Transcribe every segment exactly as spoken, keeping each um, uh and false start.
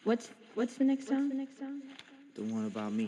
What's what's the next song? The one about me.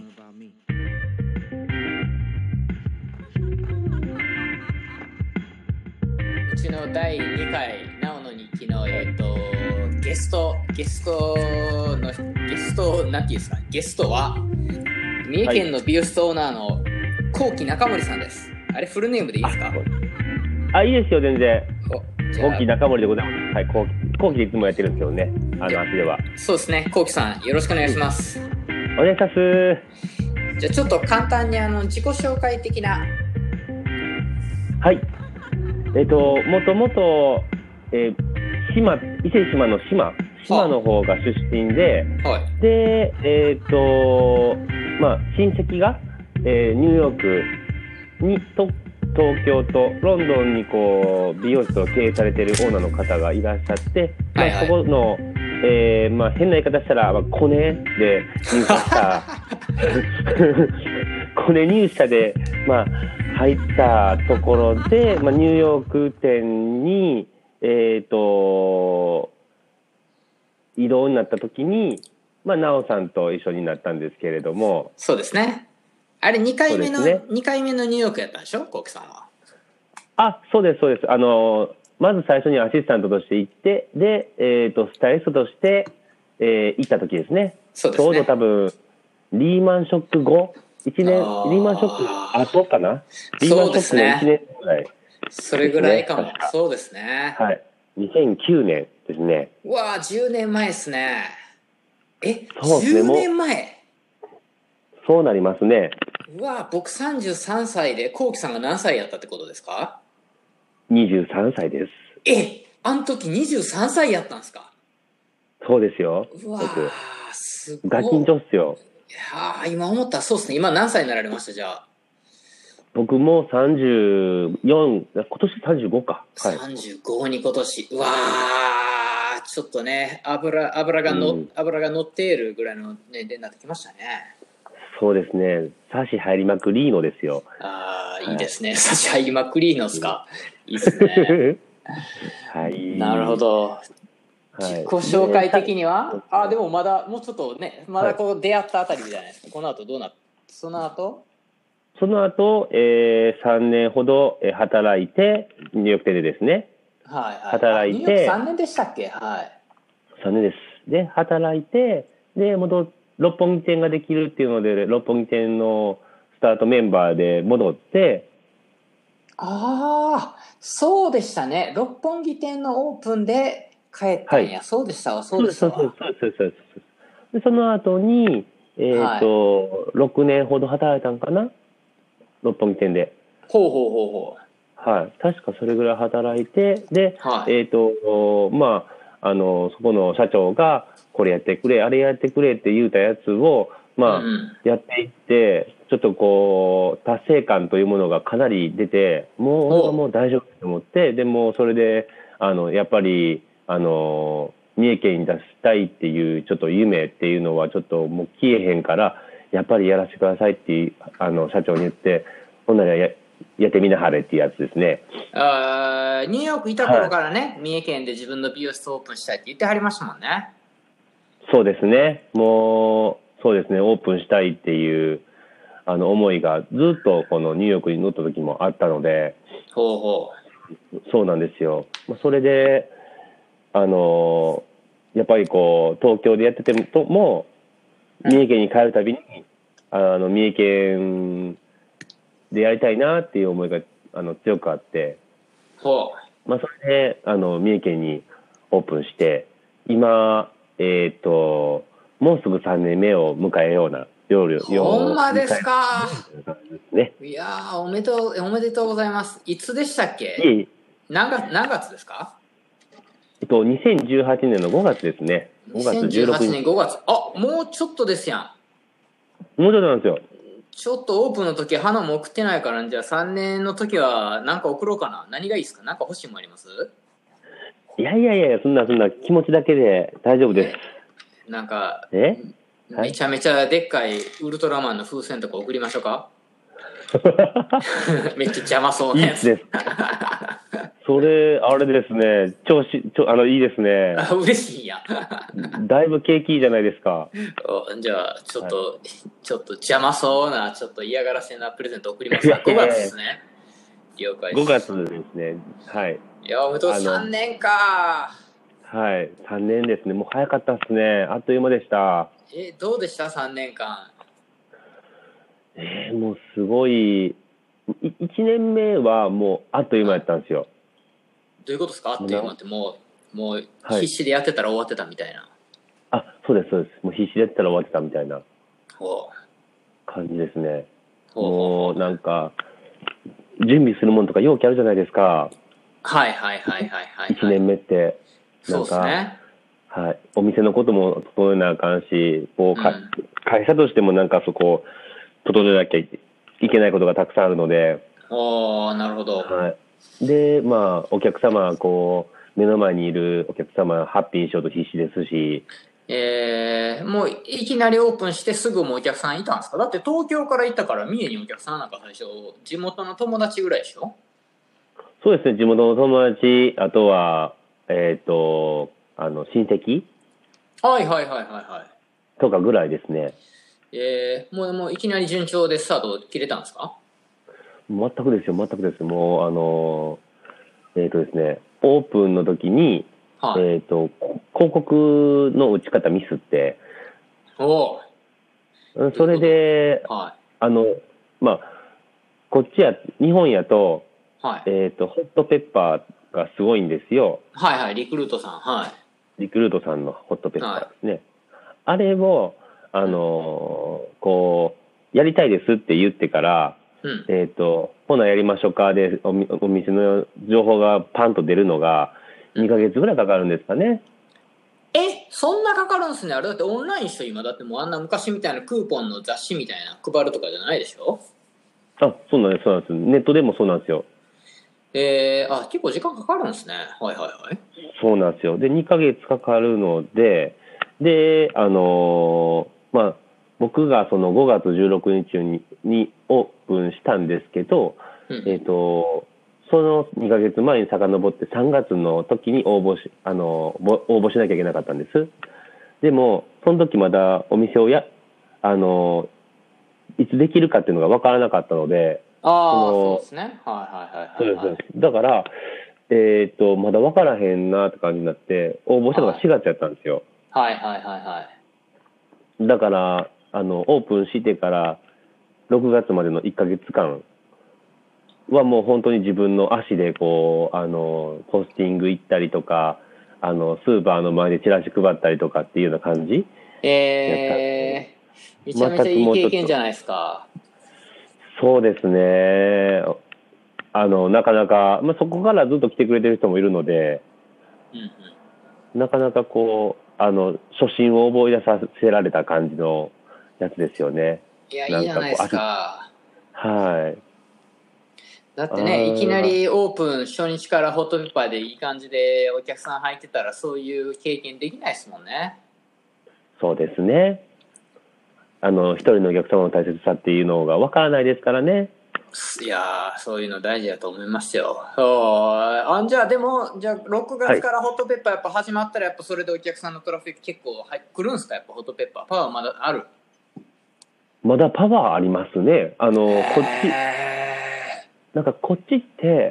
うちのだいにかいなおの日記の、えー、とゲストゲストのゲストなんていうんですかゲストは三重県の美容室オーナーの幸喜中森さんです。あれフルネームでいいですか？ あ、いいですよ全然。 幸喜中森でございます。はい、幸喜幸喜でいつもやってるんですけどね。あの足では。 そうですね。幸喜さんよろしくお願いします。 お願いします。 じゃあちょっと簡単にあの自己紹介的な。 はい。えっともともとえー、島伊勢志摩の島島の方が出身で、 はい、 でえっ、ー、とまあ親戚が、えー、ニューヨークにと東京とロンドンにこう美容室を経営されているオーナーの方がいらっしゃって、 はいはい、 まあ、そこの、えーまあ、変な言い方したら、まあ、コネで入社したコネ入社で、まあ、入ったところで、まあ、ニューヨーク店に、えー、と移動になった時に、まあ、なおさんと一緒になったんですけれども。 そうですね。あれにかいめの、ね、にかいめのニューヨークやったんでしょ、幸喜さんは。 あ、そうですそうです。あのまず最初にアシスタントとして行って、で、えー、とスタイリストとして、えー、行った時ですね。 そうですね。 ちょうど多分リーマンショック後いちねん、リーマンショック後かな。リーマンショックのいちねんぐらい、ね、 それぐらいかも。そうですね。 はい。にせんきゅうねんですね。 うわあ、じゅうねんまえですね。え、 そうですね、 じゅうねんまえ。 そうなりますね。 うわ、僕さんじゅうさんさいで、幸喜さんが何歳やったってことですか？ にじゅうさんさいです。 え、あの時にじゅうさんさいやったんですか？ そうですよ。 うわー、すごい。 ガキンチョっすよ。 いやー、今思ったらそうですね。今何歳になられました？じゃあ。 僕もさんじゅうよん、今年さんじゅうごか。 はい、さんじゅうごに今年。うわー、ちょっとね、油、油がの、うん、油が乗っているぐらいの年齢になってきましたね。 そうですね。サシ入りまくりーのですよ。 ああ、いいですね。サシ入りまくりーのっすか。いいですね。 はい。 なるほど。自己紹介的には、ああ、でもまだ、もうちょっとね、まだこう出会ったあたりじゃないですか。この後どうなっ、その後その後、えー、さんねんほど働いて、ニューヨーク店でですね。 はい、はい。 働いて。 ニューヨークさんねんでしたっけ？はい。 さんねんです。で、働いて、で、戻って、六本木店ができるっていうので六本木店のスタートメンバーで戻って。 ああ、そうでしたね。六本木店のオープンで帰ったんや、はい、そうでしたわ。そうでしたわ。 そうそうそうそうそう。でその後にえっ、ー、と、はい、ろくねんほど働いたんかな、六本木店で。 ほうほうほうほう。はい、確かそれぐらい働いて、で、はい、えっ、ー、とまああのそこの社長がこれやってくれあれやってくれって言うたやつをまあ、うん、やっていって、ちょっとこう達成感というものがかなり出て、もう俺はもう大丈夫と思って、でもそれであのやっぱりあの三重県に出したいっていうちょっと夢っていうのはちょっともう消えへんから、やっぱりやらせてくださいってあの社長に言って、ほんなら や, やってみなはれっていうやつですね。 あ、ニューヨークいた頃からね、はい、三重県で自分の美容室オープンしたいって言ってはりましたもんね。 そうですね。もうそうですね、オープンしたいっていうあの思いがずっとこのニューヨークに乗った時もあったので。 ほうほう。そうなんですよ。それであのやっぱりこう東京でやってても三重県に帰るたびに、うん、あの三重県でやりたいなっていう思いがあの強くあって。 ほう。まあ、それであの三重県にオープンして今えっ、ー、ともうすぐさんねんめを迎えような料理を。 ほんまですか。 ね、 いやー、おめでとうおめでとうございます。いつでしたっけ？ いい何月何月ですか？ えっとにせんじゅうはちねんのごがつですね。 にせんじゅうはちねんごがつ。あ、もうちょっとですやん。もうちょっとなんですよ。 ちょっとオープンの時花も送ってないから、じゃあさんねんの時は何か送ろうかな。何がいいですか？何か欲しいもんあります？ いやいやいや、そんなそんな気持ちだけで大丈夫です。 なんかえ、 めちゃめちゃでっかいウルトラマンの風船とか送りましょうか？めっちゃ邪魔そうなやつ。 いいです。 それ、あれですね、調子、ちょあの、いいですね。 あ、嬉しいんや。 だいぶ景気いいじゃないですか。 じゃあ、ちょっと、はい、ちょっと邪魔そうな、ちょっと嫌がらせなプレゼント送りますが、ごがつですね。了解です。 ごがつですね。はい。 いや、おめでとう、さんねんか。 はい、さんねんですね。もう早かったですね。あっという間でした。 え、どうでしたさんねんかん。 えー、もうすごい、いちねんめはもうあっという間やったんですよ。 どういうことですか？あっという間ってもう、もう必死でやってたら終わってたみたいな。 はい、あ、そうです、そうです。もう必死でやってたら終わってたみたいな感じですね。もうなんか、準備するものとか容器あるじゃないですか。 はいはいはいはいはい、はい。 いちねんめって。 なんかそうですね。 はい。お店のことも整えなあかんし、こうか、うん、会社としてもなんかそこ、整えなきゃいけないことがたくさんあるので。 ああ、なるほど。 はい。で、まあ、お客様、こう、目の前にいるお客様、ハッピーにしようと必死ですし。 えー、もういきなりオープンしてすぐもうお客さんいたんですか？だって東京から行ったから三重にお客さんなんか最初、地元の友達ぐらいでしょ？ そうですね、地元の友達、あとは、えっと、あの、親戚はいはいはいはいはい。 とかぐらいですね。 えー、もう、もういきなり順調でスタート切れたんですか？ 全くですよ、全くです。もう、あの、えっとですね、オープンの時に、はい、えっと、広告の打ち方ミスって、 おそれで、はい、あの、まあ、こっちや、日本やと、はい、えっと、ホットペッパーがすごいんですよ。 はいはい、リクルートさん。はい。 リクルートさんのホットペッパーですね。はい、あれを、あのー、こう、やりたいですって言ってから、うん、えっと、ほなやりましょうかでお、お店の情報がパンと出るのが、にかげつぐらいかかるんですかね。 え、そんなかかるんですね。あれだってオンラインしょ今だってもうあんな昔みたいなクーポンの雑誌みたいな配るとかじゃないでしょ？ あ、そうなんです、そうなんです。ネットでもそうなんですよ。 えー、あ、結構時間かかるんですね。はいはいはい。 そうなんですよ。で、にかげつかかるので、で、あのー、まあ、僕がそのごがつじゅうろくにちににオープンしたんですけど、うん、えっと、そのにかげつまえに遡ってさんがつの時に応募し、あの、応募しなきゃいけなかったんです。でも、その時まだお店をや、あの、いつできるかっていうのが分からなかったので、 ああ、そうですね。はいはいはいはい、はい。 そうです。だから、えっと、まだ分からへんなって感じになって、応募したのがしがつやったんですよ。 はいはいはいはい。 だから、あの、オープンしてからろくがつまでのいっかげつかんはもう本当に自分の足でこう、あの、ポスティング行ったりとか、あの、スーパーの前でチラシ配ったりとかっていうような感じ。 えー、めちゃめちゃいい経験じゃないですか。 そうですね。あの、なかなか、まあ、そこからずっと来てくれてる人もいるので、うんうん、なかなかこう、あの、初心を覚え出させられた感じのやつですよね。 いや、いいじゃないですか。 はい。 だってね、いきなりオープン初日からホットペッパーでいい感じでお客さん入ってたらそういう経験できないですもんね。 そうですね。あの、一人のお客様の大切さっていうのがわからないですからね。 いやー、そういうの大事だと思いますよ。あじゃあでも、じゃあろくがつからホットペッパーやっぱ始まったらやっぱそれでお客さんのトラフィック結構入来るんですか？やっぱホットペッパー。パワーまだある？ まだパワーありますね。あの、こっち、なんかこっちって、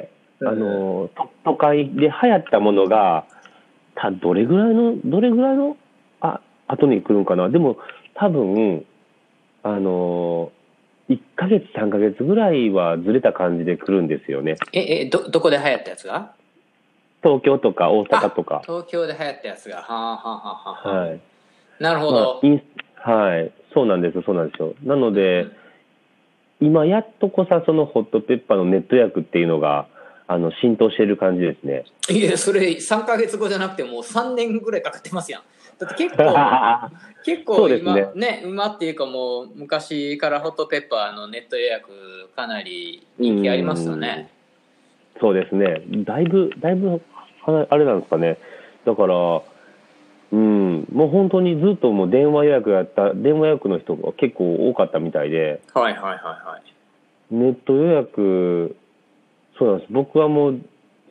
あの、都会で流行ったものが、たどれぐらいの、どれぐらいの、あ、後に来るんかな。でも、多分、あの、いっかげつ、さんかげつぐらいはずれた感じで来るんですよね。 え、え、ど、どこで流行ったやつが？ 東京とか大阪とか。 東京で流行ったやつが。はあ、はあはあはあ、 はい。 なるほど、 まあ。はい。そうなんです、そうなんですよ。なので、うん今やっとこさそのホットペッパーのネット予約っていうのがあの浸透している感じですね。 いやそれさんかげつごじゃなくてもうさんねんぐらいかかってますやん。だって結構結構今ねね馬っていうかもう昔からホットペッパーのネット予約かなり人気ありますよね。 うそうですね。だいぶだいぶあれなんですかね。だからうん、もう本当にずっともう電話予約やった電話予約の人が結構多かったみたいで、 はいはいはいはい。 ネット予約そうなんです。僕はもう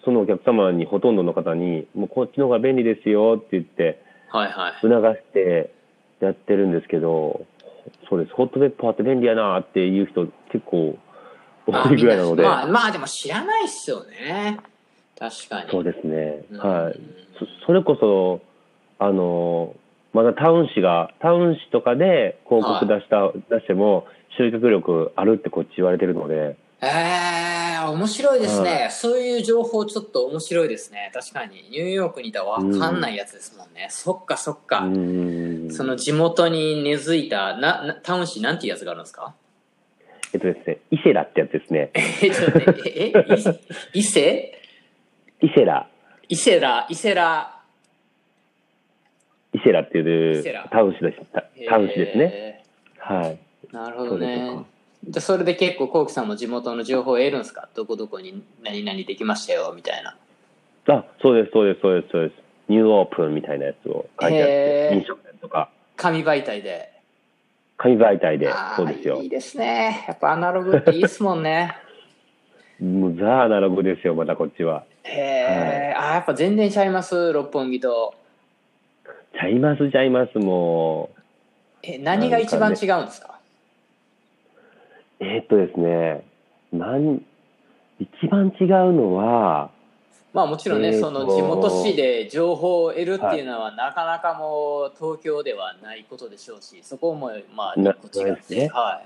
そのお客様にほとんどの方にもうこっちの方が便利ですよって言ってはいはい。 促してやってるんですけど、そうです。ホットペッパーって便利やなっていう人結構多いぐらいなので。 まあ、まあでも知らないっすよね。確かに。 そうですね。 うん、 はい。そ, それこそ、あの、まだタウン誌が、タウン誌とかで広告出した、はい、出しても集客力あるってこっち言われてるので。 えー、面白いですね、はい。そういう情報ちょっと面白いですね。確かに。ニューヨークにいたらわかんないやつですもんね。うん、そっかそっか。うんその地元に根付いた、な、なタウン誌なんていうやつがあるんですか？ えっとですね、伊勢ラってやつですね。 えっとね、え、え、伊勢伊勢ラ。 伊勢ラ、伊勢ラ。 伊勢ラっていうタウン誌です。タウン誌ですね。はい。 なるほどね。じゃそれで結構コウキさんも地元の情報を得るんですか？どこどこに何々できましたよみたいな。 あ、そうですそうですそうですそうです。ニューオープンみたいなやつを書いてあって、飲食店とか。 紙媒体で。 紙媒体で、そうですよ。 いいですね。やっぱアナログっていいですもんね。 もうザ・アナログですよ、またこっちは。 へえ、はい、あ、やっぱ全然ちゃいます、六本木と。 ちゃいますちゃいます、もう。 え、何が一番違うんですか？ えー、っとですね、なん一番違うのは、 まあもちろんね、えー、その地元市で情報を得るっていうのは、はい、なかなかもう東京ではないことでしょうし、そこもまあ一個違って、ね、はい。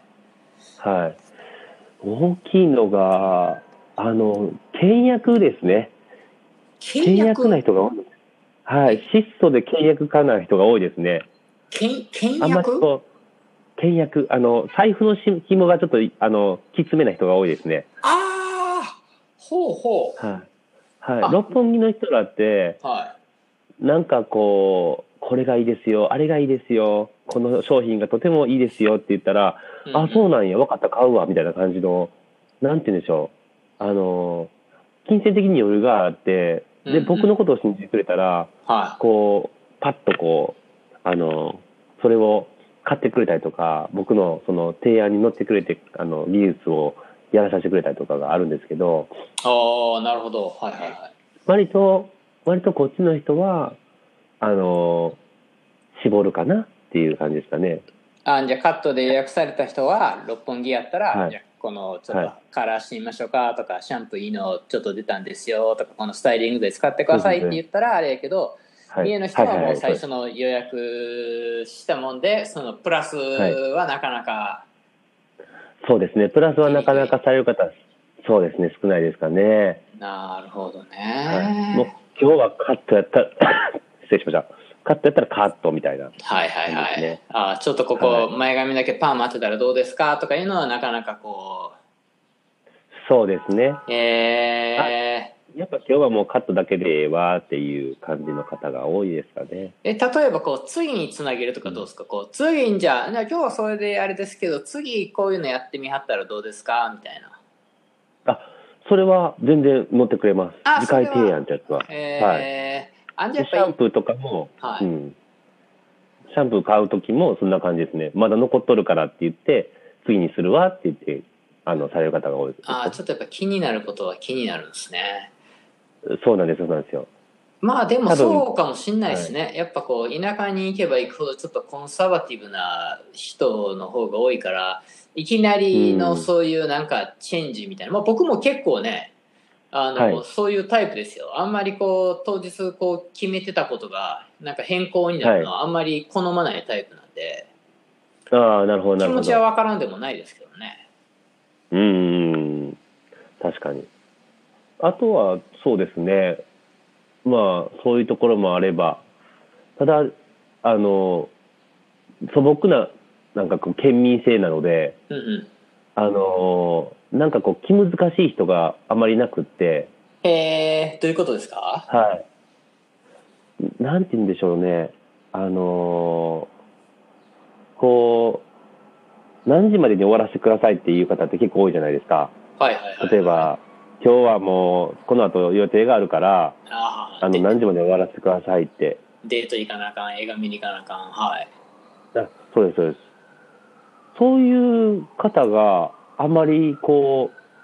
はい。大きいのが、あの、倹約ですね。倹約な人が多い。はい。質素で倹約家な人が多いですね。 倹約？ あんまりこう、倹約、あの、財布の紐がちょっと、あの、きつめな人が多いですね。 ああ、ほうほう。はい。はい。六本木の人らって、 はい、 なんかこう、これがいいですよ、あれがいいですよ、この商品がとてもいいですよって言ったら、うん、あ、そうなんや、分かった、買うわ、みたいな感じの、なんて言うんでしょう、あの、金銭的に余裕があって、で、うんうん、僕のことを信じてくれたら、はい、こう、パッとこう、あの、それを買ってくれたりとか、僕のその提案に乗ってくれて、あの、技術をやらさせてくれたりとかがあるんですけど、 ああ、なるほど。はいはいはい。 割と、割とこっちの人は、あの、絞るかなっていう感じですかね。 あ、じゃあカットで予約された人は六本木やったら、はい、じゃあこのちょっとカラーしてみましょうかとか、はい、シャンプーいいのちょっと出たんですよとか、このスタイリングで使ってくださいって言ったらあれやけど、はい、家の人はもう最初の予約したもんで、そのプラスはなかなか、はい、 そうですね、プラスはなかなかされる方、そうですね、少ないですかね。 なるほどね。 はい、もう今日はカットやったら失礼しました。カットやったらカットみたいな、ね。 はいはいはい。あ、ちょっとここ前髪だけパーマ当てたらどうですかとかいうのはなかなかこう。そうですね。 えー、やっぱ今日はもうカットだけでええわっていう感じの方が多いですかね。 え、例えばこう次につなげるとかどうですか、うん、こう次にじゃあ、じゃあ今日はそれであれですけど、次こういうのやってみはったらどうですかみたいな。 あ、それは全然乗ってくれます。次回提案ってやつは。 えー、はいシャンプーとかも、はい、うん、シャンプー買う時もそんな感じですね。まだ残っとるからって言って次にするわって言ってあのされる方が多いです。 ああ、ちょっとやっぱ気になることは気になるんですね。 そうなんですそうなんですよ。 まあでもそうかもしんないですね、はい、やっぱこう田舎に行けば行くほどちょっとコンサバティブな人の方が多いから、いきなりのそういうなんかチェンジみたいな、うん、まあ僕も結構ねあの、はい、そういうタイプですよ。あんまりこう当日こう決めてたことがなんか変更になるのはあんまり好まないタイプなんで、 はい、ああなるほどなるほど。 気持ちは分からんでもないですけどね。 うーん、確かに。あとはそうですね、まあそういうところもあれば、ただあの素朴ななんかこう県民性なので、 うんうん、 あのなんかこう気難しい人があまりなくって。 えー、どういうことですか？ はい。なんて言うんでしょうね。あのー、こう、何時までに終わらせてくださいっていう方って結構多いじゃないですか。 はいはいはいはい、 例えば、今日はもう、この後予定があるから、 ああの、何時まで終わらせてくださいって。 デート行かなあかん、映画見に行かなあかん、はい。 あ、そうです、そうです。そういう方があまりこ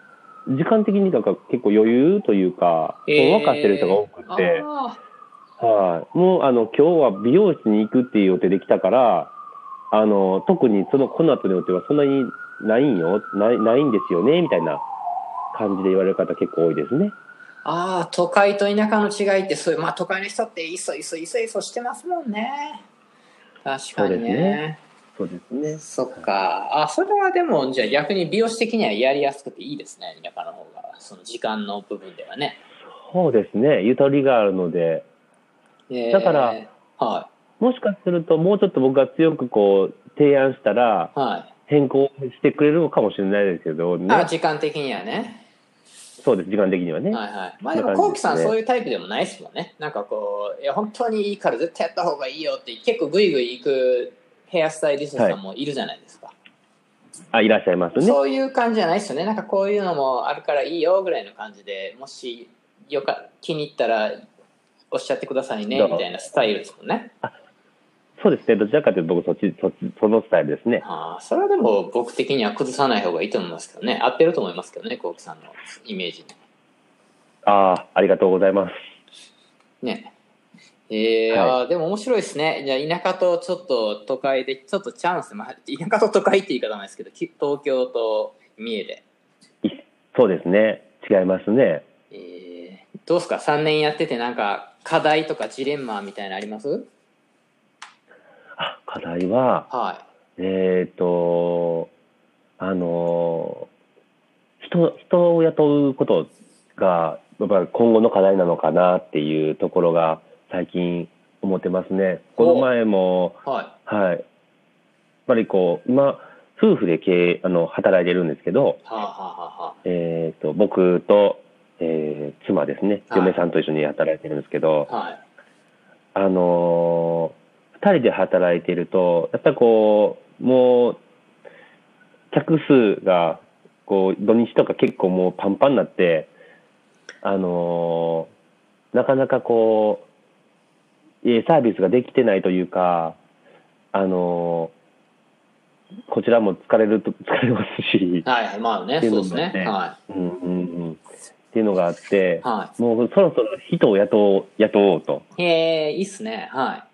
時間的になんか結構余裕というか、ほんわかしてる人が多くて、はい、もうあの今日は美容室に行くっていう予定できたから、あの特にそのこの後の予定はそんなにないんよ、ないないんですよねみたいな感じで言われる方結構多いですね。 ああ、都会と田舎の違いってそういう、まあ都会の人っていそいそいそいそしてますもんね。確かにね。 そうですね。 そっか。あ、それはでもじゃあ逆に美容師的にはやりやすくていいですね、田舎の方が。その時間の部分ではね。 そうですね。ゆとりがあるので。えー、だから、はい、もしかするともうちょっと僕が強くこう提案したら、はい、変更してくれるのかもしれないですけどね。 あ、時間的にはね。 そうです、時間的にはね。 はいはい。まあでも、コウキさんそういうタイプでもないですもんね。なんかこう、いや、本当にいいから絶対やった方がいいよって、結構グイグイ行くヘアスタイリストさんもいるじゃないですか。はい、 あ、いらっしゃいますね。 そういう感じじゃないですよね。なんかこういうのもあるからいいよぐらいの感じで、もしよか気に入ったらおっしゃってくださいねみたいなスタイルですもんね。 あ、そうですね。どちらかというと僕そっち、そっち、そのスタイルですね。 ああ、それはでも僕的には崩さない方がいいと思いますけどね。合ってると思いますけどね、コウキさんのイメージに。 ああ、ありがとうございます。 ね。えー、はい、あでも面白いですね。じゃあ田舎とちょっと都会でちょっとチャンス、まあ、田舎と都会って言い方なんですけど、東京と三重で。 そうですね。違いますね。 えー、どうですかさんねんやっててなんか課題とかジレンマみたいなのあります？ あ、課題は、はい、えっ、ー、と、あの、人、人を雇うことが、やっぱり今後の課題なのかなっていうところが最近思ってますね。この前も、はい。はい。やっぱりこう、今、夫婦で経営、あの、働いてるんですけど、はあはあはあ、えっ、ー、と、僕と、えー、妻ですね、はい、嫁さんと一緒に働いてるんですけど、はい、あのー、二人で働いていると、やっぱりこう、もう、客数が、こう、土日とか結構もうパンパンになって、あのー、なかなかこう、えー、サービスができてないというか、あのー、こちらも疲れると、疲れますし。 はい、まあね、そうですね。はい。 うんうんうん。っていうのがあって、はい、もうそろそろ人を雇おう、雇おうと。 へえ、いいっすね。はい。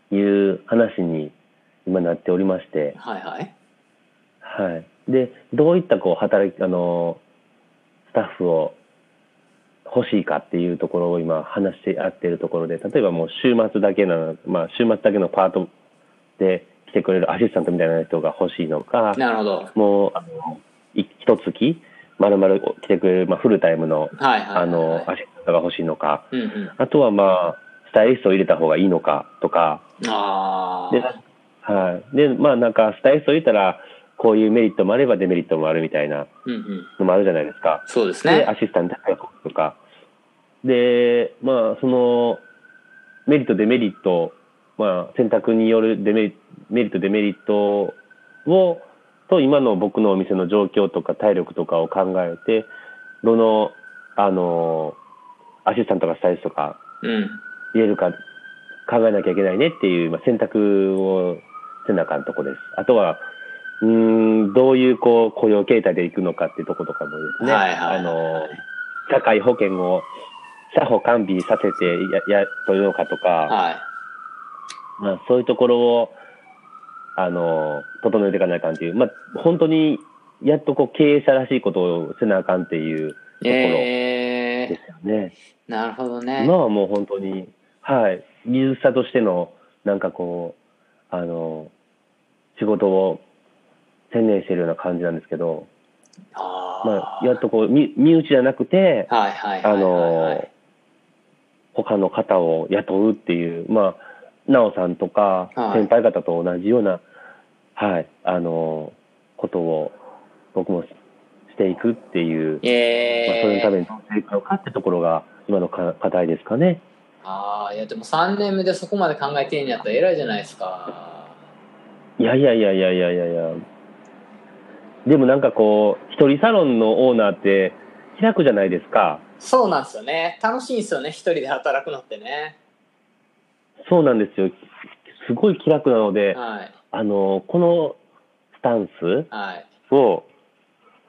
いう話に今なっておりまして。 はいはい。 はい。で、どういったこう働き、あの、スタッフを欲しいかっていうところを今話し合っているところで、例えばもう週末だけな、まあ週末だけのパートで来てくれるアシスタントみたいな人が欲しいのか、 なるほど。 もう、あの、一月、まるまる来てくれる、まあ、フルタイムの、あの、アシスタントが欲しいのか、うんうん、あとはまあ、スタイリストを入れた方がいいのかとか、 あで、はい。で、まあなんか、スタイリストを入れたら、こういうメリットもあればデメリットもあるみたいなのもあるじゃないですか。 うんうん、そうですね。 で、アシスタントとか。で、まあ、その、メリット、デメリット、まあ、選択によるデメリット、メリット、デメリットを、と今の僕のお店の状況とか体力とかを考えて、どの、あの、アシスタントがスタイリストか入れるか考えなきゃいけないねっていう、まあ、選択をせなあかんとこです。あとは、うーん、どういうこう雇用形態で行くのかっていうとことかもですね、はいはいはいはい、あの、社会保険を社保完備させてや、や、というのかとか、はい、まあ、そういうところを、あの、整えていかないかんっていう、まあ、本当に、やっとこう、経営者らしいことをせなあかんっていうところですよね。 えー、なるほどね。 今はもう本当に、はい、技術者としての、なんかこう、あの、仕事を専念しているような感じなんですけど、あまあ、やっとこう、身内じゃなくて、はいはいはいはいはい、あの、他の方を雇うっていう、まあ、なおさんとか、先輩方と同じような、はい、はい、あの、ことを僕もしていくっていう、えーまあ、それのためにどうしていくのかってところが今の課題ですかね。 ああ、いやでもさんねんめでそこまで考えてんやったら偉いじゃないですか。 いやいやいやいやいやいやいや。でもなんかこう、一人サロンのオーナーって開くじゃないですか。 そうなんですよね。楽しいんですよね、一人で働くのってね。 そうなんですよ。すごい気楽なので、はい、あの、このスタンスを、はい、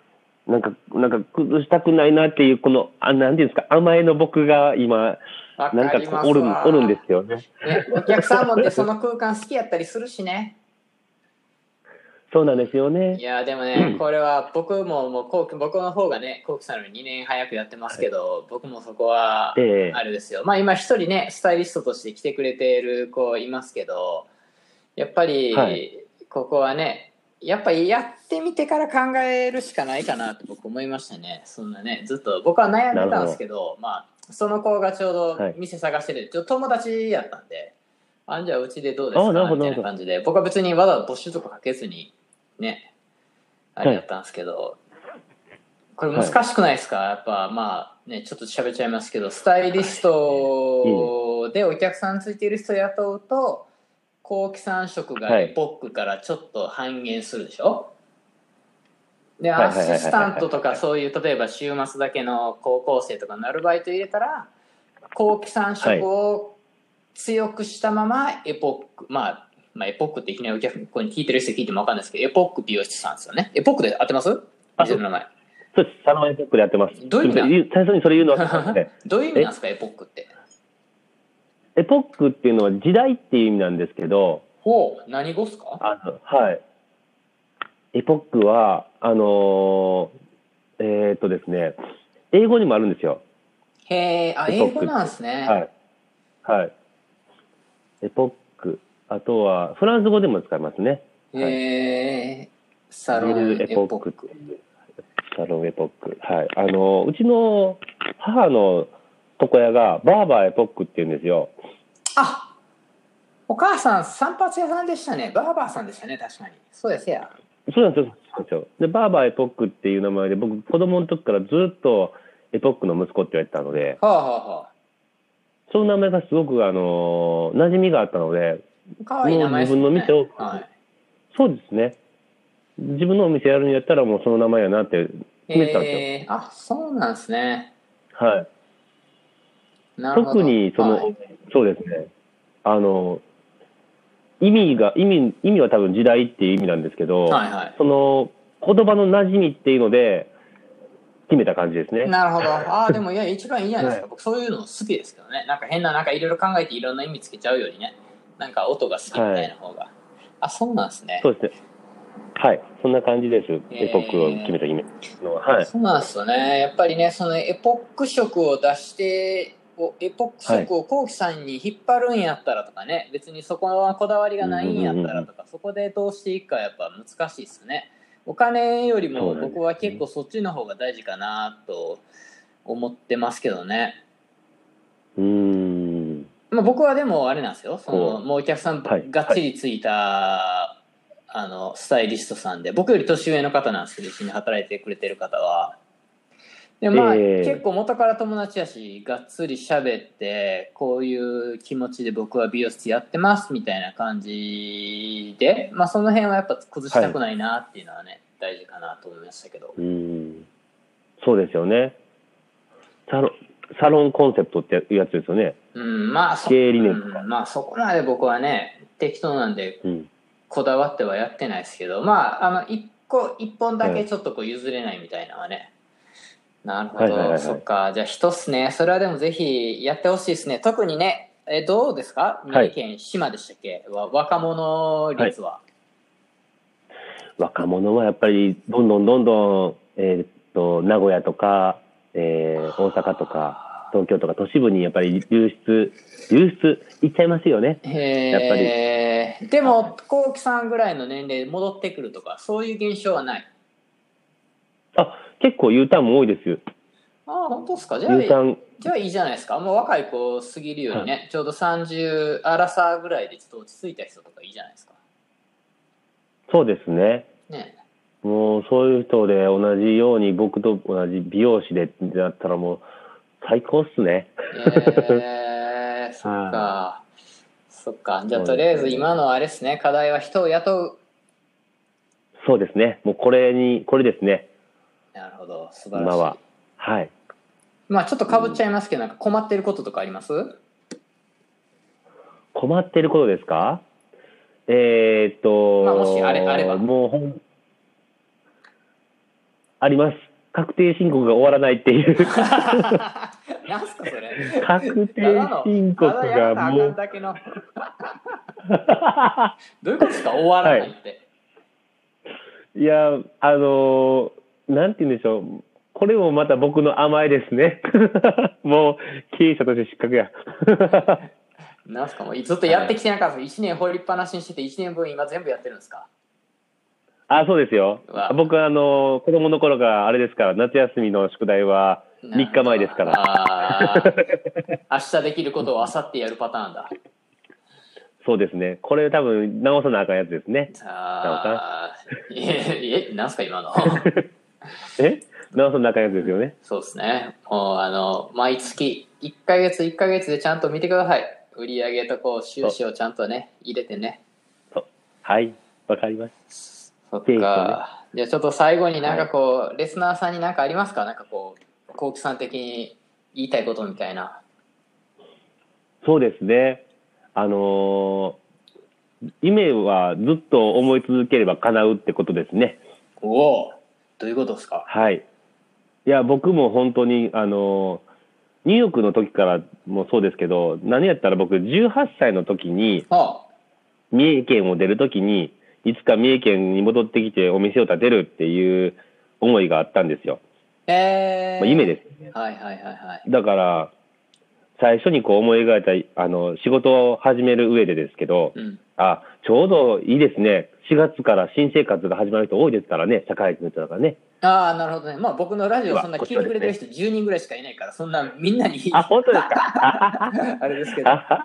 なんか、なんか崩したくないなっていう、この、あ、なんていうんですか、甘えの僕が今、なんかおる、おるんですよね。 ね、お客さんもね、その空間好きやったりするしね。 そうなんですよね。 いや、でもね、これは僕も、もうこう、僕の方がね、コウキさんよりにねん早くやってますけど、はい、僕もそこは、あれですよ。えー、まあ今一人ね、スタイリストとして来てくれている子いますけど、やっぱり、ここはね、やっぱりやってみてから考えるしかないかなと僕思いましたね。そんなね、ずっと、僕は悩んでたんですけど、どまあ、その子がちょうど店探してて、はい、ちょっと友達やったんで、あんじゃあうちでどうですかみたいな感じで、僕は別にわざわざ募集とかかけずに、ね、あれやったんですけど、はい、これ難しくないですか、はい、やっぱまあね、ちょっと喋っちゃいますけど、スタイリストでお客さんついている人雇うと、コウキさん色がエポックからちょっと半減するでしょ。で、アシスタントとかそういう、例えば週末だけの高校生とかのアルバイト入れたら、コウキさん色を強くしたままエポック、まあ、まあ、エポックっていきなりお客ここに聞いてる人聞いても分かんないですけど、エポック美容室さんですよね。エポックで合ってます？店の名前。 そうです。サロンエポックでやってます。 どういう意味最初にそれ言うのは、ね、 どういう意味なんですか、エポックって。 エポックっていうのは時代っていう意味なんですけど。 ほう、何語っすか？ あの、はい。エポックは、あのー、えー、っとですね、英語にもあるんですよ。 へえ、あ、英語なんですね。 はい。はい。エポック。あとは、フランス語でも使いますね。 へえ、はい、サロンエポック。 サロンエポック。はい。あの、うちの母の床屋がバーバーエポックって言うんですよ。 あ、お母さん散髪屋さんでしたね。バーバーさんでしたね、確かに。そうですや。 そうなんですよ。で、バーバーエポックっていう名前で、僕、子供の時からずっとエポックの息子って言われてたので、 はあはあはあ、 その名前がすごく、あの、馴染みがあったので、 かわいい名前ですね。 もう自分の店を、 はい、 そうですね。自分のお店やるんやったらもうその名前やなって決めてたんですよ。 えー、あ、そうなんですね。 はい。 なるほど。 特にその、はい、そうですね。あの、意味が、意味、意味は多分時代っていう意味なんですけど、 はいはい、 その言葉の馴染みっていうので決めた感じですね。 なるほど。ああ、でもいや、一番いいじゃないですか。はい、僕そういうの好きですけどね。なんか変な、なんかいろいろ考えていろんな意味つけちゃうよりね。なんか音が好きみたいな方が。はい、あ、そうなんですね。 そうですね。はい。そんな感じです。エポックを決めた意味のは。はい。 そうなんですよね。やっぱりね、そのエポック色を出して、エポック色をコウキさんに引っ張るんやったらとかね、はい、別にそこはこだわりがないんやったらとか、そこでどうしていくかやっぱ難しいですね。お金よりも僕は結構そっちの方が大事かなと思ってますけどね。 うーん。 まあ僕はでもあれなんですよ。そのもうお客さんがっちりついた、はい、あのスタイリストさんで、僕より年上の方なんですけど、一緒に働いてくれてる方は。でまあ、えー、結構元から友達やし、がっつり喋ってこういう気持ちで僕は美容室やってますみたいな感じで、まあその辺はやっぱ崩したくないなっていうのはね、はい、大事かなと思いましたけど。 うん、そうですよね。サロサロンコンセプトっていうやつですよね。 うん、まあそ、 経営理念とか、 うん、まあそこまで僕はね適当なんで、うん、こだわってはやってないですけど、まああの一個一本だけちょっとこう譲れないみたいなのはね。はい、なるほど、はいはいはいはい、そっか。じゃあ一つね、それはでもぜひやってほしいですね。特にね、えどうですか、三重県島でしたっけ、はい、若者率は、はい、 若者はやっぱりどんどんどんどん、えー、っと名古屋とか、えー、大阪とか東京とか都市部にやっぱり流出流出いっちゃいますよね。 へやっぱりでもコウキさんぐらいの年齢で戻ってくるとかそういう現象はない？ あ、結構 U ターンも多いですよ。 ああ、本当ですか。じゃあ、じゃあいいじゃないですか。もう若い子過ぎるよりね、はい、ちょうどさんじゅうアラサーぐらいでちょっと落ち着いた人とかいいじゃないですか。 そうですね。 ね、 もうそういう人で同じように僕と同じ美容師でだったらもう最高っすね。 えー、そっか。そっか。じゃあとりあえず今のあれですね、課題は人を雇う。 そうですね。もうこれに、これですね。 なるほど。素晴らしい。 今は。はい。 まあちょっとかぶっちゃいますけど、なんか困ってることとかあります？ 困ってることですか？えー、っと、 まあもしあれあれば。 もうほん、あります。 確定申告が終わらないっていうなんすかそれ。 確定申告がもうどういうことですか終わらないって、 はい、いやあのー、なんて言うんでしょう、これもまた僕の甘えですねもう経営者として失格やなんすかもうずっとやってきてなかった、はい、いちねん放りっぱなしにしてていちねんぶん今全部やってるんですか。 あ、そうですよ。僕はあの子供の頃があれですから、夏休みの宿題はみっかまえですから。 あ明日できることを明後日やるパターンだ。 そうですね。これ多分直さなあかんやつですね。 ああ、ええ、なんすか今の。 え、直さなあかんやつですよね。 そうですね。もうあの毎月いっかげついっかげつでちゃんと見てください。売上とこう収支をちゃんとね入れてね。 そう、はい、わかります。 そっか、ね、じゃあちょっと最後になんかこう、はい、レスナーさんに何かありますか。なんかこうコウキさん的に言いたいことみたいな。 そうですね、あのー、夢はずっと思い続ければ叶うってことですね。 おお、どういうことですか。 はい、いや僕も本当にあのー、ニューヨークの時からもそうですけど、何やったら僕じゅうはっさいの時に、はあ、三重県を出る時にいつか三重県に戻ってきてお店を建てるっていう思いがあったんですよ。 えー、 まあ、夢ですね。 はいはいはいはい。 だから最初にこう思い描いたあの仕事を始める上でですけど、うん、あ、ちょうどいいですね。しがつから新生活が始まる人多いですからね、社会人の人だからね。 ああ、なるほどね。まあ僕のラジオそんな聞いてくれてる人じゅうにんぐらいしかいないから、そんなみんなにあ、本当ですかあれですけどはい。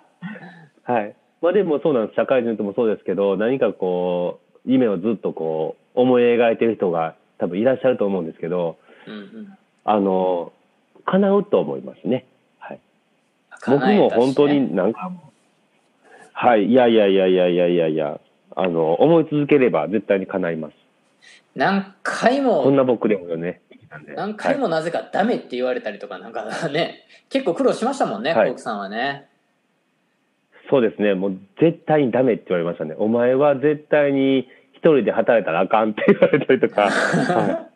まあでもそうなんです。社会人の人もそうですけど、何かこう夢をずっとこう思い描いてる人が多分いらっしゃると思うんですけど、うんうん、あの叶うと思いますね。はい。僕も本当になんか、はい、いやいやいやいやいやいやいや、あの思い続ければ絶対に叶います。 何回もこんな僕でもよね。 何回もなぜかダメって言われたりとかなんかね、結構苦労しましたもんね、コウキさんはね。 そうですね、もう絶対にダメって言われましたね。お前は絶対に一人で働いたらあかんって言われたりとか、はい、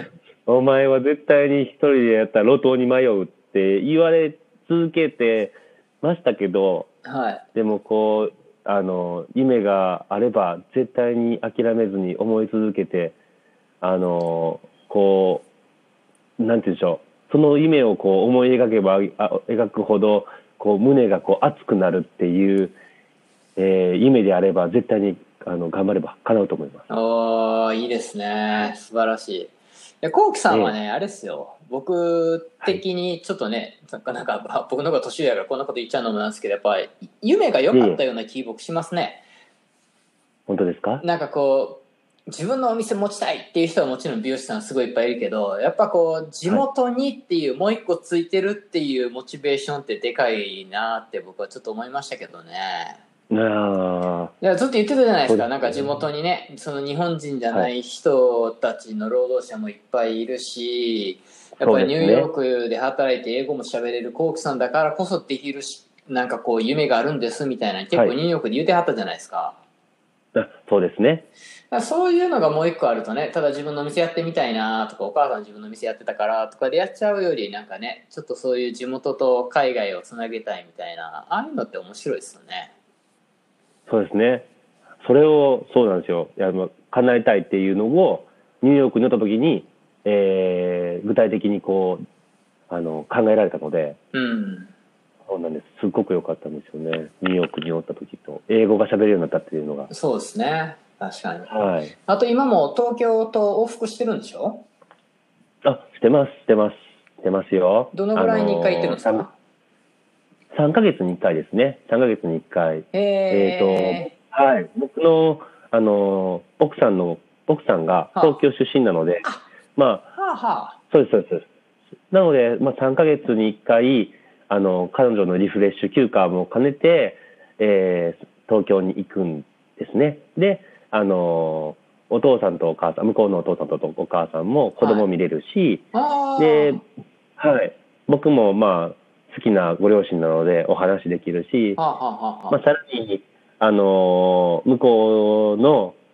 お前は絶対に一人でやったら路頭に迷うって言われ続けてましたけど、はい、でもこうあの夢があれば絶対に諦めずに思い続けて、あのこうなんて言うんでしょう、その夢をこう思い描けば描くほどこう胸がこう熱くなるっていう、えー、夢であれば絶対にあの頑張れば叶うと思います。 おー、いいですね、素晴らしい。でコウキさんはね、えー、あれですよ、僕的にちょっとね、はい、なんか僕の方が年上やからこんなこと言っちゃうのもなんですけど、やっぱり夢が良かったような気僕しますね。 えー、本当ですか。 なんかこう自分のお店持ちたいっていう人はもちろん美容師さんすごいいっぱいいるけど、やっぱこう地元にっていう、はい、もう一個ついてるっていうモチベーションってでかいなって僕はちょっと思いましたけどね。ああ、ずっと言ってたじゃないですか。ね、なんか地元にね、その日本人じゃない人たちの労働者もいっぱいいるし、やっぱりニューヨークで働いて英語も喋れるコウキさんだからこそできるし、なんかこう夢があるんですみたいな結構ニューヨークで言ってはったじゃないですか。 はい、そうですね。 そういうのがもう一個あるとね、ただ自分の店やってみたいなとか、お母さん自分の店やってたからとかでやっちゃうより、なんかね、ちょっとそういう地元と海外をつなげたいみたいな、ああいうのって面白いですよね。 そうですね。それをそうなんですよ。いや、まあ、叶えたいっていうのをニューヨークに乗った時に、えー、具体的にこうあの考えられたので、うん、そうなんです。すっごく良かったんですよね。ニューヨークにおった時と英語が喋れるようになったっていうのが。 そうですね。確かに。 はい。 あと今も東京と往復してるんでしょ？ あ、してます、してます、してますよ。 どのぐらいにいっかい行ってるんですか？ さんかげつにいっかいですね。さんかげつにいっかい。えーと、はい。僕の、あの、奥さんの、奥さんが東京出身なので、はあ、まあ、はあはあ、そうです、そうです。なので、まあ、さんかげつにいっかい、あの、彼女のリフレッシュ休暇も兼ねて、えー、東京に行くんですね。で、あの、お父さんとお母さん、向こうのお父さんとお母さんも子供見れるし、はい、で、はい。僕も、まあ、好きなご両親なのでお話できるし、はあはあはあ、まあ、さらに、あのー、向こうの、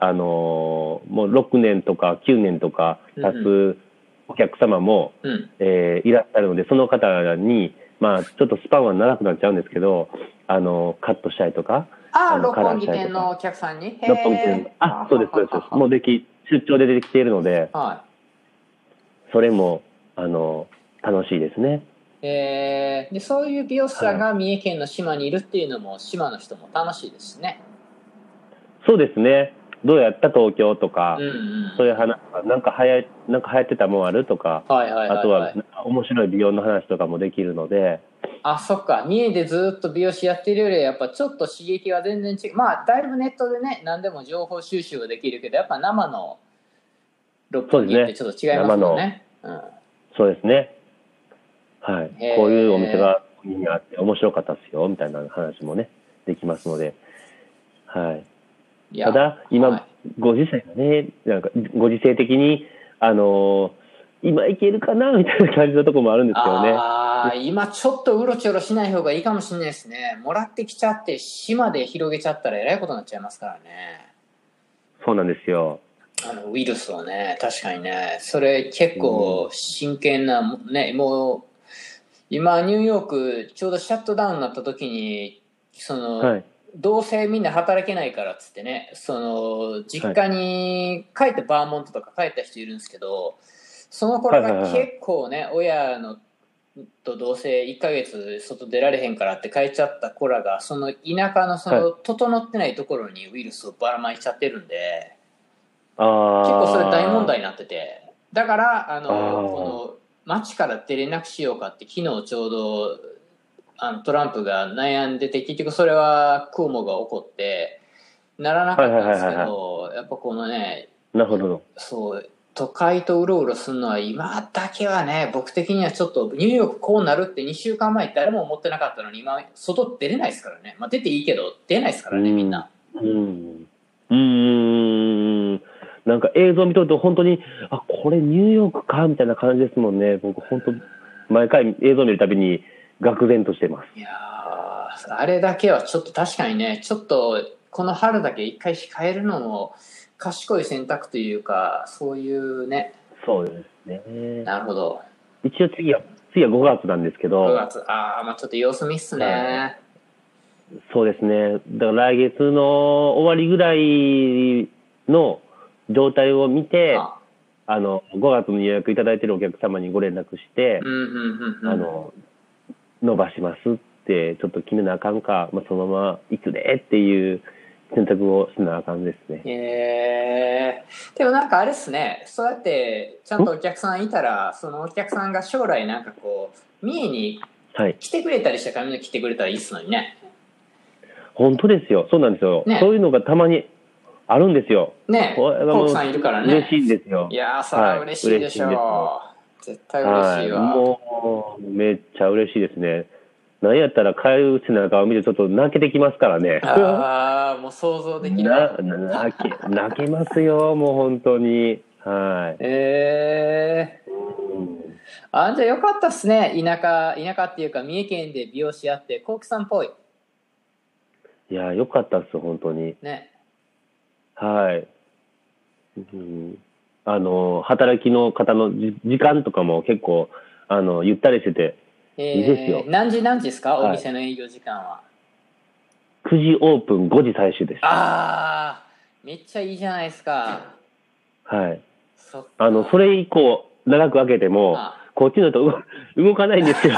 あのー、もうろくねんとかきゅうねんとか経つお客様も、うん、えー、いらっしゃるので、その方に、まあ、ちょっとスパンは長くなっちゃうんですけど、あのー、カットしたりとか、 ああ、六本木店のお客さんに六本木店。あ、そうです、そうです。もうでき、出張で出てきているので、はい、それも、あの、楽しいですね。 えー、で、そういう美容師さんが三重県の島にいるっていうのも、はい、島の人も楽しいですね。 そうですね。どうやった東京とか、うんうん、そういう話、なんか流行、なんか流行ってたもんあるとか、はいはいはいはい、あとは面白い美容の話とかもできるので、 あ、そっか。三重でずっと美容師やってるよりはやっぱちょっと刺激は全然違う。まあだいぶネットでね何でも情報収集ができるけど、やっぱ生の六本木ってちょっと違いますもんね。 うん、そうですね。はい。こういうお店があって面白かったですよみたいな話もねできますので、はい。いただ今、はい、ご時世がね、なんかご時世的にあのー、今いけるかなみたいな感じのところもあるんですけどね。 ああ、今ちょっとうろちょろしない方がいいかもしれないですね。もらってきちゃって島で広げちゃったらえらいことになっちゃいますからね。 そうなんですよ。 あのウイルスはね、確かにね、それ結構真剣な、ね、もう今ニューヨークちょうどシャットダウンになった時にその、はい、どうせみんな働けないからっつってね、その実家に帰ってバーモントとか帰った人いるんですけど、その頃が結構ね、親のと同棲いっかげつ外出られへんからって帰っちゃった子らがその田舎のその整ってないところにウイルスをばらまいちゃってるんで、あ結構それ大問題になってて、だからあのこの街から出れなくしようかって昨日ちょうどあのトランプが悩んでて、結局それはクオモが起こってならなかったんですけど、やっぱこのね、 なるほど、 そう都会とうろうろするのは今だけはね、僕的にはちょっとニューヨークこうなるってにしゅうかんまえ誰も思ってなかったのに今外出れないですからね。まあ出ていいけど出ないですからね、みんな。 うんうーん、なんか映像見とると本当にあこれニューヨークかみたいな感じですもんね。僕本当毎回映像見るたびに愕然としてます。 いやあれだけはちょっと確かにね、ちょっとこの春だけ一回控えるのも賢い選択というか、そういうね。 そうですね。 なるほど。 一応次は次はごがつなんですけど。 ごがつ、ああ、まあちょっと様子見っすね。 そうですね。だから来月の終わりぐらいの状態を見て、ああのごがつの予約いただいているお客様にご連絡して、うんうんうんうん、あの伸ばしますってちょっと決めなあかんか、まあ、そのままいつでっていう選択をしなあかんですね。 へえー、でもなんかあれっすね、そうやってちゃんとお客さんいたら、そのお客さんが将来なんかこう三重に来てくれたりした髪の毛来てくれたらいいっすのにね。 本当ですよ。そうなんですよ、ね、そういうのがたまにあるんですよ。 ね、フォークさんいるからね。 嬉しいんですよ。 いやー、それは嬉しいでしょう。はい、絶対嬉しいわ、 はい。もうめっちゃ嬉しいですね。何やったら帰る背中を見てちょっと泣けてきますからね。 ああ、もう想像できる。 な泣け泣けますよ、もう本当に。はい。 ええー。うん、あ、じゃあよかったっすね。田舎田舎っていうか三重県で美容師やってコウキさんっぽい。 いやよかったっす本当に。ね。はい、うん、あの働きの方のじ時間とかも結構あのゆったりしてていいですよ。 えー、何時何時ですか、はい、お店の営業時間は。 くじオープンごじ最終です。 ああ、めっちゃいいじゃないですか。 はい。そ, あのそれ以降長く開けてもこっちのと動かないんですよ。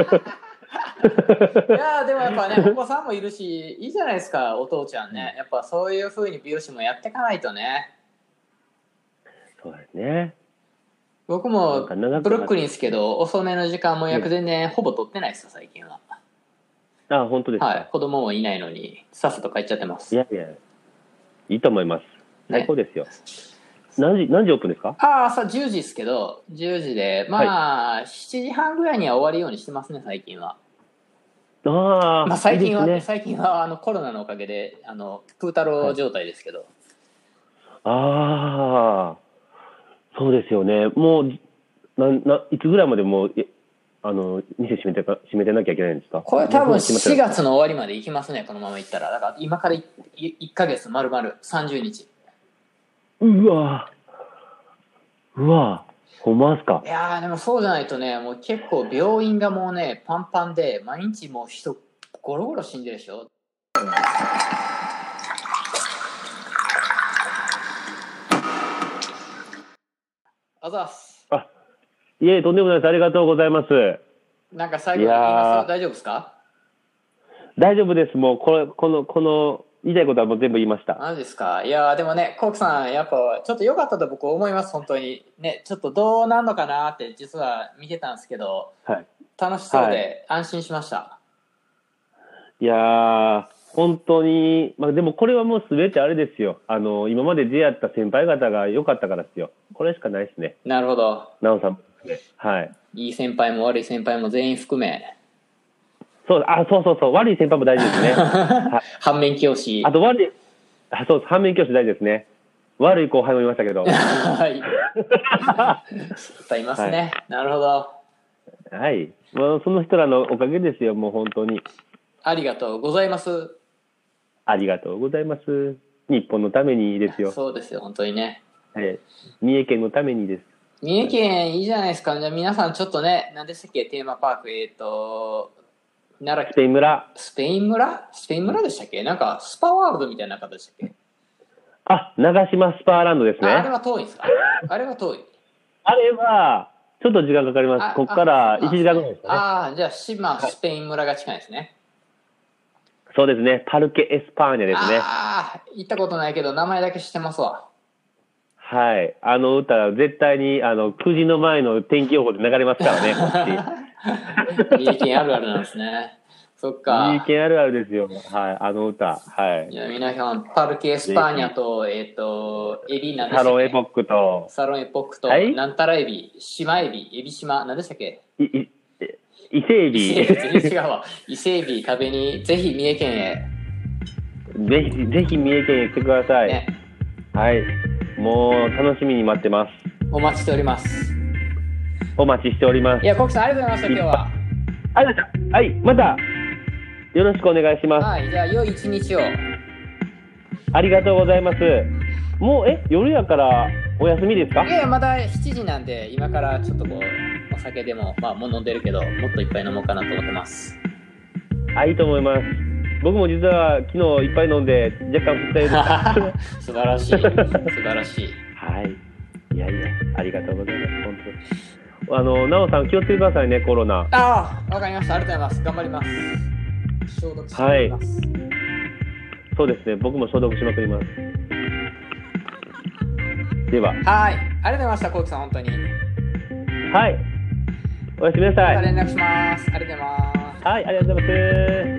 いやでもやっぱね、お子さんもいるしいいじゃないですか、お父ちゃんね。やっぱそういう風に美容師もやっていかないとね。 そうですね。 僕もブルックリンですけど遅めの時間も約全然ほぼ取ってないですよ最近は。 あ、本当ですか。 はい、子供もいないのにさっさと帰っちゃってます。 いやいやいいと思います。最高ですよ、ね。何時何時オープンですか。 ああ、朝じゅうじですけどじゅうじでまあ、はい、しちじはんぐらいには終わるようにしてますね最近は。 あ、 まあ、最近は、ね、最近はあのコロナのおかげであのプータロー状態ですけど、はい、 ああそうですよね。もうなないつぐらいまでもうあの店閉めてか閉めてなきゃいけないんですか。 これ多分しがつの終わりまで行きますね、このまま行ったら。だから今からいっかげつ丸々さんじゅうにち。 うわうわほんまですか。 いやーでもそうじゃないとね、もう結構病院がもうねパンパンで毎日もう人ゴロゴロ死んでるでしょ。あざっす。 あ、いえとんでもないです。ありがとうございます。 なんか最後に言います。大丈夫ですか？ 大丈夫です。もうこれこのこの言いたいことはもう全部言いました。 マジですか？いやでもね、コウキさんやっぱちょっと良かったと僕思います。本当にね、ちょっとどうなんのかなって実は見てたんですけど、 はい、 楽しそうで安心しました。はい、 いやー本当に、まあ、でもこれはもう全てあれですよ。あの今まで出会った先輩方が良かったからですよ。これしかないですね。 なるほど。 なおさんもですね。はい。 いい先輩も悪い先輩も全員含め。 そうあそうそうそう悪い先輩も大事ですね。はい、 反面教師。 あと悪いあそう反面教師大事ですね。悪い後輩もいましたけど。 はい。いっぱいいますね。はい、なるほど。 はい。もうその人らのおかげですよ。もう本当に。 ありがとうございます。 ありがとうございます。日本のためにですよ。 そうですよ本当にね。 はい。三重県のためにです。 三重県いいじゃないですか。じゃあ皆さんちょっとね、何でしたっけテーマパークえっ、ー、と。奈良スペイン村スペイン村スペイン村でしたっけ？なんかスパワールドみたいな方でしたっけ？ あ、長島スパーランドですね。 あ、あれは遠いんですか？あれは遠い。 あれはちょっと時間かかります。ここからいちじかんぐらいですかね。 ああ、じゃあ島スペイン村が近いですね。 そうですね。パルケエスパーニャですね。 ああ、行ったことないけど名前だけ知ってますわ。 はい。あの歌絶対にあのくじの前の天気予報で流れますからね。 三重県あるあるなんですね。そっか。 三重県あるあるですよ。はい。あの歌。はい。 いや、皆さん、パルケ・エスパーニャと、えっ、ー、と、エビなんでしたっけ？ サロンエポックと。 サロンエポックと、 はい、 なんたらエビ、島エビ、エビ島、なんでしたっけ？ い、い、伊勢エビ。 伊勢エビ、違うわ。伊勢エビ食べに、ぜひ三重県へ。 ぜひ、ぜひ三重県へ来てください。ね、はい。もう、楽しみに待ってます。 お待ちしております。 お待ちしております。 いや、コキさん、ありがとうございました、今日は。 ありがとうございました。はい、また、よろしくお願いします。 はい、じゃあ、良い一日を。 ありがとうございます。もう、え、夜やからお休みですか？ いや、まだしちじなんで、今からちょっとこう、お酒でも、まあ、もう飲んでるけど、もっといっぱい飲もうかなと思ってます。 あ、いいと思います。僕も実は昨日いっぱい飲んで、若干二日酔いでした。 素晴らしい。素晴らしい。 はい。いやいや、ありがとうございます。本当。あの、なおさん気をつけてくださいね、コロナ。 ああ、わかりました。ありがとうございます。頑張ります。消毒しております。はい。 そうですね。僕も消毒しまくります。では。 はい。ありがとうございました、コウキさん、本当に。 はい。おやすみなさい。 また連絡します。ありがとうございます。 はい、ありがとうございます。